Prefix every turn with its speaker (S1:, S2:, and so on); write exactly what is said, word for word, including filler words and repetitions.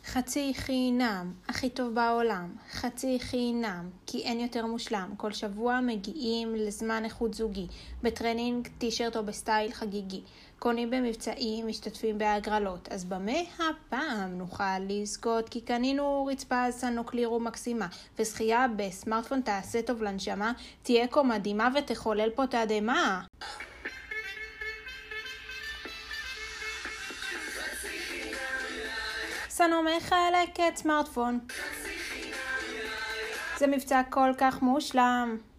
S1: חצי חינם, הכי טוב בעולם, חצי חינם, כי אין יותר מושלם. כל שבוע מגיעים לזמן איכות זוגי, בטרנינג, טישרט או בסטייל חגיגי. קונים במבצעים, משתתפים בהגרלות. אז במה הפעם נוכל לזכות? כי קנינו רצפה סנוקלירו מקסימה, וזכייה בסמארטפון תעשה טוב לנשמה, תהיה כה מדהימה ותחולל פה תדהמה. סנו מחלקת סמארטפון. זה מבצע כל כך מושלם.